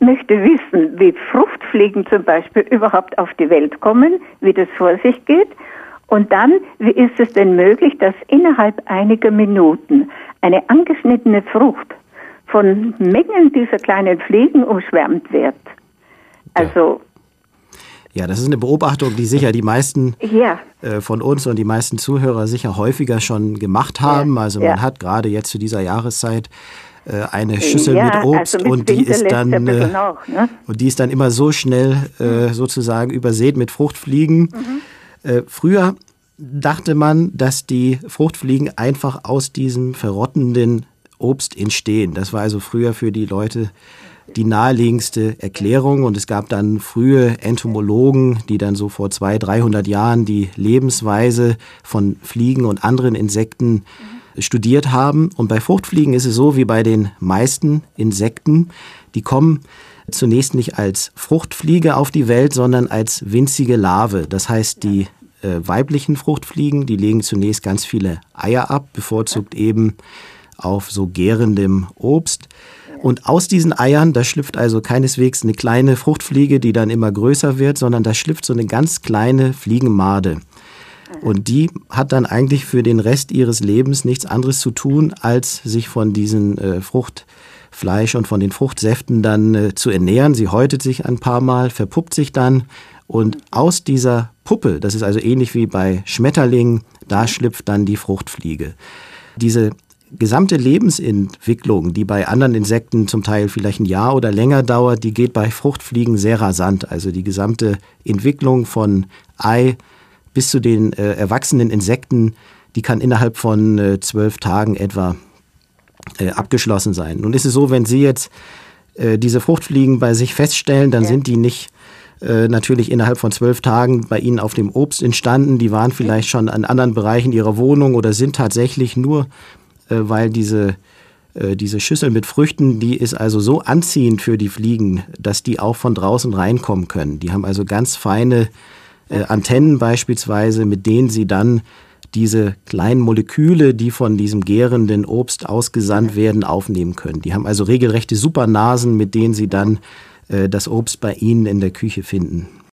möchte wissen, wie Fruchtfliegen zum Beispiel überhaupt auf die Welt kommen, wie das vor sich geht. Und dann, wie ist es denn möglich, dass innerhalb einiger Minuten eine angeschnittene Frucht von Mengen dieser kleinen Fliegen umschwärmt wird? Also... Ja, das ist eine Beobachtung, die sicher die meisten von uns und die meisten Zuhörer sicher häufiger schon gemacht haben. Also man hat gerade jetzt zu dieser Jahreszeit eine Schüssel mit Obst, also mit und die ist dann und die ist dann immer so schnell sozusagen übersät mit Fruchtfliegen. Früher dachte man, dass die Fruchtfliegen einfach aus diesem verrottenden Obst entstehen. Das war also früher für die Leute die naheliegendste Erklärung. Und es gab dann frühe Entomologen, die dann so vor 200, 300 Jahren die Lebensweise von Fliegen und anderen Insekten studiert haben. Und bei Fruchtfliegen ist es so wie bei den meisten Insekten, die kommen zunächst nicht als Fruchtfliege auf die Welt, sondern als winzige Larve. Das heißt, die weiblichen Fruchtfliegen, die legen zunächst ganz viele Eier ab, bevorzugt eben auf so gärendem Obst. Und aus diesen Eiern, da schlüpft also keineswegs eine kleine Fruchtfliege, die dann immer größer wird, sondern da schlüpft so eine ganz kleine Fliegenmade. Und die hat dann eigentlich für den Rest ihres Lebens nichts anderes zu tun, als sich von diesem Fruchtfleisch und von den Fruchtsäften dann zu ernähren. Sie häutet sich ein paar Mal, verpuppt sich dann und aus dieser Puppe, das ist also ähnlich wie bei Schmetterlingen, da schlüpft dann die Fruchtfliege. Diese gesamte Lebensentwicklung, die bei anderen Insekten zum Teil vielleicht ein Jahr oder länger dauert, die geht bei Fruchtfliegen sehr rasant. Also die gesamte Entwicklung von Ei bis zu den erwachsenen Insekten, die kann innerhalb von 12 Tagen etwa abgeschlossen sein. Nun ist es so, wenn Sie jetzt diese Fruchtfliegen bei sich feststellen, dann sind die nicht natürlich innerhalb von 12 Tagen bei Ihnen auf dem Obst entstanden. Die waren vielleicht schon an anderen Bereichen Ihrer Wohnung oder sind tatsächlich nur weil diese Schüssel mit Früchten, die ist also so anziehend für die Fliegen, dass die auch von draußen reinkommen können. Die haben also ganz feine Antennen beispielsweise, mit denen sie dann diese kleinen Moleküle, die von diesem gärenden Obst ausgesandt werden, aufnehmen können. Die haben also regelrechte Supernasen, mit denen sie dann das Obst bei Ihnen in der Küche finden.